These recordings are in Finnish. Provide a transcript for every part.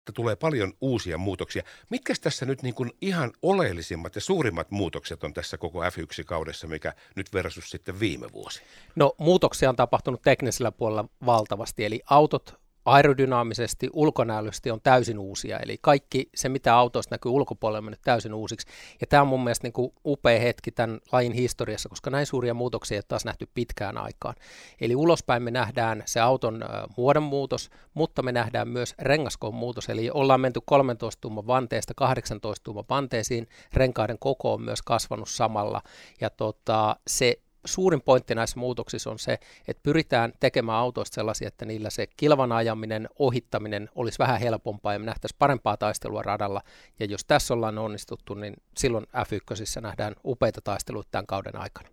tulee paljon uusia muutoksia. Mitkä tässä nyt niin kuin ihan oleellisimmat ja suurimmat muutokset on tässä koko F1-kaudessa, mikä nyt versus sitten viime vuosi? No muutoksia on tapahtunut teknisellä puolella valtavasti, eli autot aerodynaamisesti, ulkonäöllisesti on täysin uusia, eli kaikki se, mitä autoista näkyy ulkopuolella, on mennyt täysin uusiksi. Ja tämä on mun mielestä niin kuin upea hetki tämän lajin historiassa, koska näin suuria muutoksia ei ole taas nähty pitkään aikaan. Eli ulospäin me nähdään se auton muodonmuutos, mutta me nähdään myös rengaskoon muutos, eli ollaan menty 13 tuuman vanteesta 18 tuuman vanteisiin, renkaiden koko on myös kasvanut samalla, ja se suurin pointti näissä muutoksissa on se, että pyritään tekemään autoista sellaisia, että niillä se kilvan ajaminen, ohittaminen olisi vähän helpompaa ja me nähtäisiin parempaa taistelua radalla. Ja jos tässä ollaan onnistuttu, niin silloin F1 nähdään upeita taisteluita tämän kauden aikana.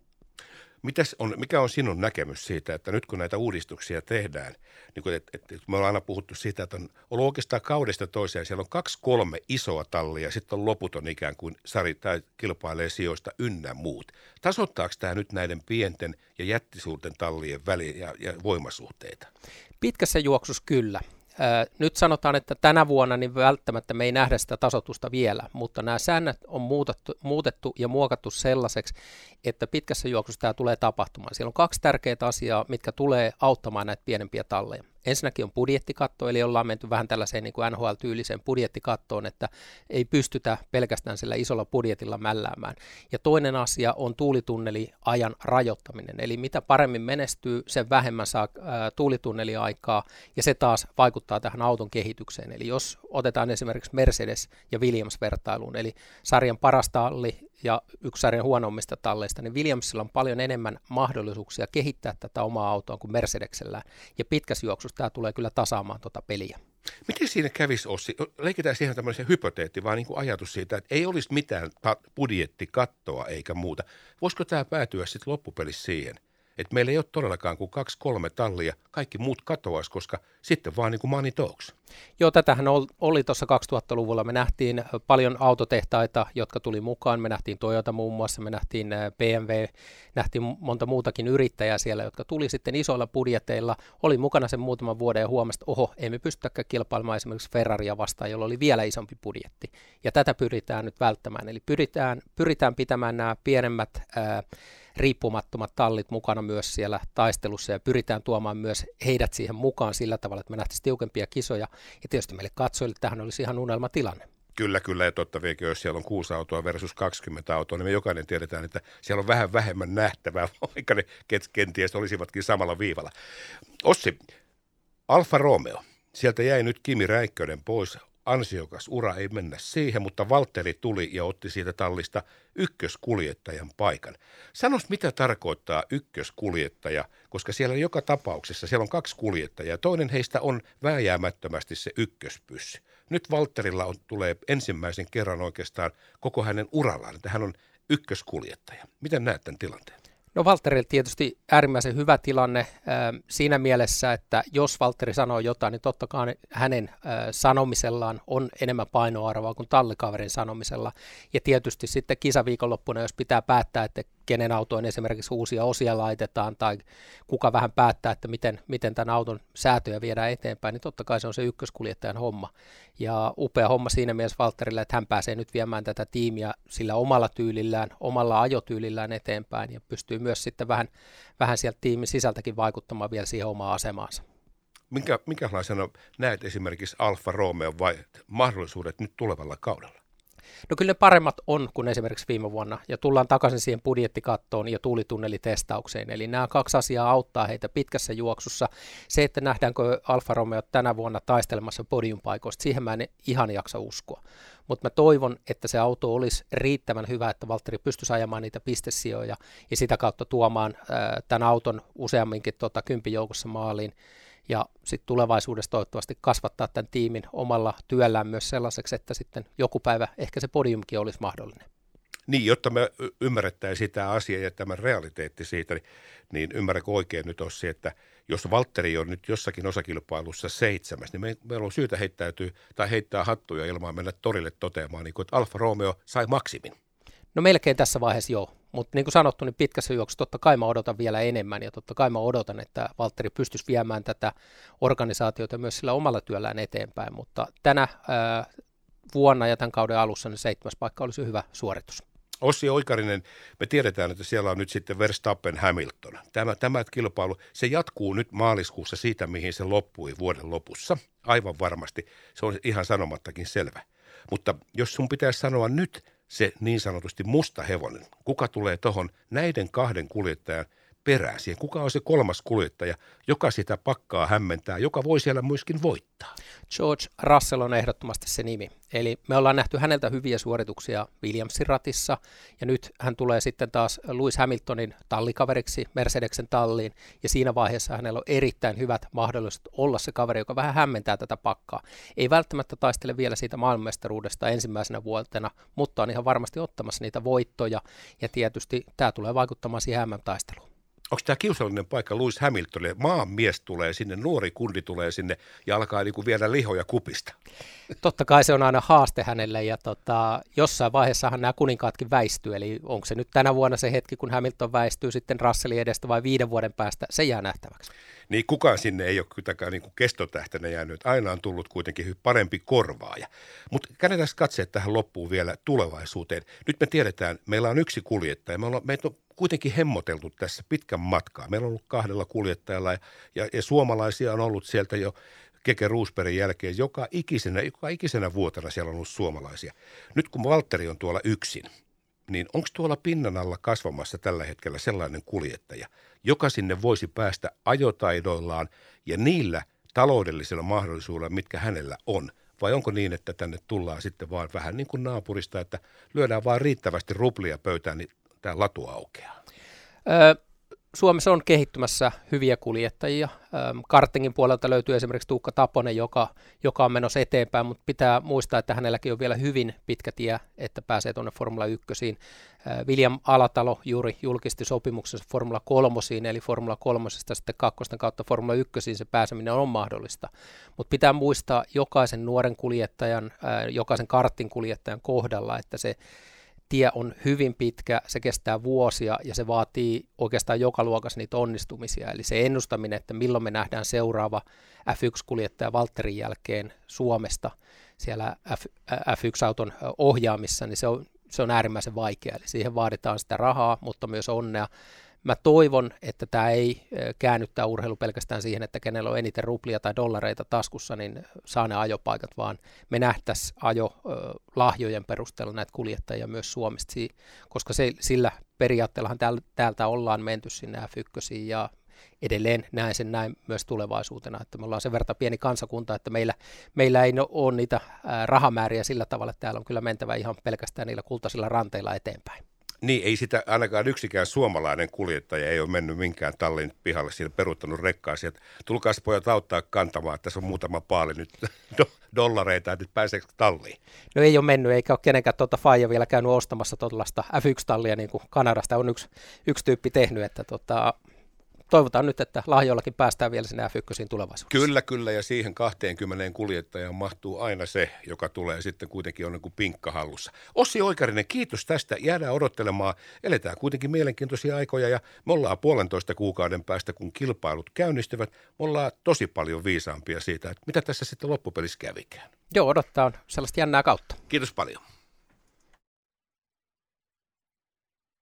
Mikä on sinun näkemys siitä, että nyt kun näitä uudistuksia tehdään, niin kun, me ollaan aina puhuttu siitä, että on ollut oikeastaan kaudesta toiseen, siellä on 2-3 isoa tallia, sitten on loputon ikään kuin sari tai kilpailee sijoista ynnä muut. Tasoittaako tämä nyt näiden pienten ja jättisuurten tallien väliä ja voimasuhteita? Pitkässä juoksussa kyllä. Nyt sanotaan, että tänä vuonna niin välttämättä me ei nähdä sitä tasoitusta vielä, mutta nämä säännöt on muutettu ja muokattu sellaiseksi, että pitkässä juoksussa tämä tulee tapahtumaan. Siellä on 2 tärkeää asiaa, mitkä tulee auttamaan näitä pienempiä talleja. Ensinnäkin on budjettikatto, eli ollaan menty vähän tällaiseen niin kuin NHL-tyyliseen budjettikattoon, että ei pystytä pelkästään sillä isolla budjetilla mälläämään. Ja toinen asia on tuulitunneliajan rajoittaminen, eli mitä paremmin menestyy, sen vähemmän saa tuulitunneliaikaa, ja se taas vaikuttaa tähän auton kehitykseen. Eli jos otetaan esimerkiksi Mercedes ja Williams-vertailuun, eli sarjan paras talli ja yksi sarjan huonommista talleista, niin Williamsilla on paljon enemmän mahdollisuuksia kehittää tätä omaa autoa kuin Mercedeksellä. Ja pitkässä juoksussa tämä tulee kyllä tasaamaan tuota peliä. Miten siinä kävisi, Ossi? Leikitään siihen tämmöisen hypoteetti, vaan niin kuin ajatus siitä, että ei olisi mitään budjettikattoa eikä muuta. Voisiko tämä päätyä sitten loppupelissä siihen, että meillä ei ole todellakaan kuin 2-3 tallia, kaikki muut katoaisi, koska sitten vaan niin kuin money talks. Joo, tätähän oli tuossa 2000-luvulla. Me nähtiin paljon autotehtaita, jotka tuli mukaan. Me nähtiin Toyota muun muassa, me nähtiin BMW, nähtiin monta muutakin yrittäjää siellä, jotka tuli sitten isoilla budjeteilla, oli mukana sen muutaman vuoden ja huomasi, että oho, ei me pystytäkään kilpailemaan esimerkiksi Ferraria vastaan, jolla oli vielä isompi budjetti. Ja tätä pyritään nyt välttämään. Eli pyritään pitämään nämä pienemmät riippumattomat tallit mukana myös siellä taistelussa ja pyritään tuomaan myös heidät siihen mukaan sillä tavalla, että me nähtäisiin tiukempia kisoja ja tietysti meille katsojille tähän olisi ihan unelmatilanne. Kyllä, ja totta viekin, jos siellä on 6 autoa versus 20 autoa, niin me jokainen tiedetään, että siellä on vähän vähemmän nähtävää, vaikka ne kenties olisivatkin samalla viivalla. Ossi, Alfa Romeo, sieltä jäi nyt Kimi Räikkönen pois. Ansiokas ura, ei mennä siihen, mutta Valtteri tuli ja otti siitä tallista ykköskuljettajan paikan. Sanois, mitä tarkoittaa ykköskuljettaja, koska siellä joka tapauksessa, siellä on 2 kuljettajaa. Toinen heistä on vääjäämättömästi se ykköspyssy. Nyt Valtterilla tulee ensimmäisen kerran oikeastaan koko hänen urallaan, että hän on ykköskuljettaja. Miten näet tämän tilanteen? No Valtterilla tietysti äärimmäisen hyvä tilanne siinä mielessä, että jos Valtteri sanoo jotain, niin totta kai hänen sanomisellaan on enemmän painoarvoa kuin tallikaverin sanomisella. Ja tietysti sitten kisaviikonloppuna, jos pitää päättää, että kenen autoon esimerkiksi uusia osia laitetaan tai kuka vähän päättää, että miten tämän auton säätöjä viedään eteenpäin, niin totta kai se on se ykköskuljettajan homma. Ja upea homma siinä mielessä Valtterille, että hän pääsee nyt viemään tätä tiimiä sillä omalla tyylillään, omalla ajotyylillään eteenpäin ja pystyy myös sitten vähän sieltä tiimin sisältäkin vaikuttamaan vielä siihen omaan asemaansa. Minkälaisena näet esimerkiksi Alfa Romeo vai mahdollisuudet nyt tulevalla kaudella? No kyllä ne paremmat on kuin esimerkiksi viime vuonna, ja tullaan takaisin siihen budjettikattoon ja tuulitunnelitestaukseen. Eli nämä 2 asiaa auttaa heitä pitkässä juoksussa. Se, että nähdäänkö Alfa Romeo tänä vuonna taistelemassa podiumpaikoista, siihen mä en ihan jaksa uskoa. Mutta mä toivon, että se auto olisi riittävän hyvä, että Valtteri pystyisi ajamaan niitä pistesijoja ja sitä kautta tuomaan tämän auton useamminkin 10 joukossa maaliin. Ja sitten tulevaisuudessa toivottavasti kasvattaa tämän tiimin omalla työllään myös sellaiseksi, että sitten joku päivä ehkä se podiumkin olisi mahdollinen. Niin, jotta me ymmärrettäisiin sitä asiaa ja tämän realiteetti siitä, niin ymmärrätkö oikein nyt Ossi, että jos Valtteri on nyt jossakin osakilpailussa 7, niin meillä on syytä heittää hattuja ilmaan mennä torille toteamaan, niin kuin, että Alfa Romeo sai maksimin. No melkein tässä vaiheessa joo. Mutta niin kuin sanottu, niin pitkässä juoksussa totta kai mä odotan vielä enemmän ja totta kai mä odotan, että Valtteri pystyisi viemään tätä organisaatiota myös sillä omalla työllään eteenpäin, mutta tänä vuonna ja tämän kauden alussa niin 7. paikka olisi hyvä suoritus. Ossi Oikarinen, me tiedetään, että siellä on nyt sitten Verstappen Hamilton. Tämä kilpailu, se jatkuu nyt maaliskuussa siitä, mihin se loppui vuoden lopussa. Aivan varmasti, se on ihan sanomattakin selvä. Mutta jos sun pitäisi sanoa nyt se niin sanotusti musta hevonen, kuka tulee tuohon näiden kahden kuljettajan perään siihen? Kuka on se kolmas kuljettaja, joka sitä pakkaa hämmentää, joka voi siellä myöskin voittaa? George Russell on ehdottomasti se nimi. Eli me ollaan nähty häneltä hyviä suorituksia Williamsin ratissa, ja nyt hän tulee sitten taas Lewis Hamiltonin tallikaveriksi Mercedesen talliin, ja siinä vaiheessa hänellä on erittäin hyvät mahdollisuudet olla se kaveri, joka vähän hämmentää tätä pakkaa. Ei välttämättä taistele vielä siitä maailmanmestaruudesta ensimmäisenä vuotena, mutta on ihan varmasti ottamassa niitä voittoja, ja tietysti tämä tulee vaikuttamaan siihen MM-taisteluun. Onko tämä kiusallinen paikka Lewis Hamiltonille? Maanmies tulee sinne, nuori kundi tulee sinne ja alkaa niin kuin viedä lihoja kupista. Totta kai se on aina haaste hänelle ja jossain vaiheessahan nämä kuninkaatkin väistyy. Eli onko se nyt tänä vuonna se hetki, kun Hamilton väistyy sitten Russellin edestä vai 5 vuoden päästä, se jää nähtäväksi. Niin kukaan sinne ei ole kuitenkaan niin kuin kestotähtänä jäänyt. Aina on tullut kuitenkin parempi korvaaja. Mutta käännetään katseet tähän loppuun vielä tulevaisuuteen. Nyt me tiedetään, meillä on yksi kuljettaja. Meitä on kuitenkin hemmoteltu tässä pitkän matkaa. Meillä on ollut 2 kuljettajalla ja suomalaisia on ollut sieltä jo Keke Rosbergin jälkeen. Joka ikisenä vuotena siellä on ollut suomalaisia. Nyt kun Valtteri on tuolla yksin, niin onko tuolla pinnan alla kasvamassa tällä hetkellä sellainen kuljettaja, joka sinne voisi päästä ajotaidoillaan ja niillä taloudellisilla mahdollisuudella, mitkä hänellä on? Vai onko niin, että tänne tullaan sitten vaan vähän niin kuin naapurista, että lyödään vaan riittävästi ruplia pöytään, niin tämä latu aukeaa? Suomessa on kehittymässä hyviä kuljettajia. Kartingin puolelta löytyy esimerkiksi Tuukka Taponen, joka on menossa eteenpäin, mutta pitää muistaa, että hänelläkin on vielä hyvin pitkä tie, että pääsee tuonne Formula 1. William Alatalo juuri julkisti sopimuksensa Formula 3, eli Formula 3 sitten 2 kautta Formula 1 se pääseminen on mahdollista. Mutta pitää muistaa jokaisen nuoren kuljettajan, jokaisen kartin kuljettajan kohdalla, että se tie on hyvin pitkä, se kestää vuosia ja se vaatii oikeastaan joka luokassa niitä onnistumisia. Eli se ennustaminen, että milloin me nähdään seuraava F1-kuljettaja Valtterin jälkeen Suomesta siellä F1-auton ohjaamissa, niin se on äärimmäisen vaikea. Eli siihen vaaditaan sitä rahaa, mutta myös onnea. Mä toivon, että tämä ei käännyttää urheilu pelkästään siihen, että kenellä on eniten ruplia tai dollareita taskussa, niin saa ne ajopaikat, vaan me nähtäisiin ajolahjojen perusteella näitä kuljettajia myös Suomesta, koska sillä periaatteellahan täältä ollaan menty sinne F1 ja edelleen näen sen näin myös tulevaisuutena, että me ollaan sen verran pieni kansakunta, että meillä ei ole niitä rahamääriä sillä tavalla, että täällä on kyllä mentävä ihan pelkästään niillä kultaisilla ranteilla eteenpäin. Niin, ei sitä ainakaan yksikään suomalainen kuljettaja ei ole mennyt minkään tallin pihalle, siinä peruuttanut rekkaa sieltä. Tulkaas pojat auttaa kantamaan, että tässä on muutama paali nyt dollareita, että nyt pääseekö talliin? No ei ole mennyt, eikä ole kenenkään faija vielä käynyt ostamassa tuollaista F1-tallia, niin kuin Kanadasta on yksi tyyppi tehnyt, että toivotaan nyt, että lahjoillakin päästään vielä sinne F1 tulevaisuudessa. Kyllä, ja siihen 20 kuljettajaan mahtuu aina se, joka tulee sitten kuitenkin on niin kuin pinkka hallussa. Ossi Oikarinen, kiitos tästä. Jäädään odottelemaan. Eletään kuitenkin mielenkiintoisia aikoja, ja me ollaan 1,5 kuukauden päästä, kun kilpailut käynnistyvät. Me ollaan tosi paljon viisaampia siitä, että mitä tässä sitten loppupelissä kävikään. Joo, odottaa on sellaista jännää kautta. Kiitos paljon.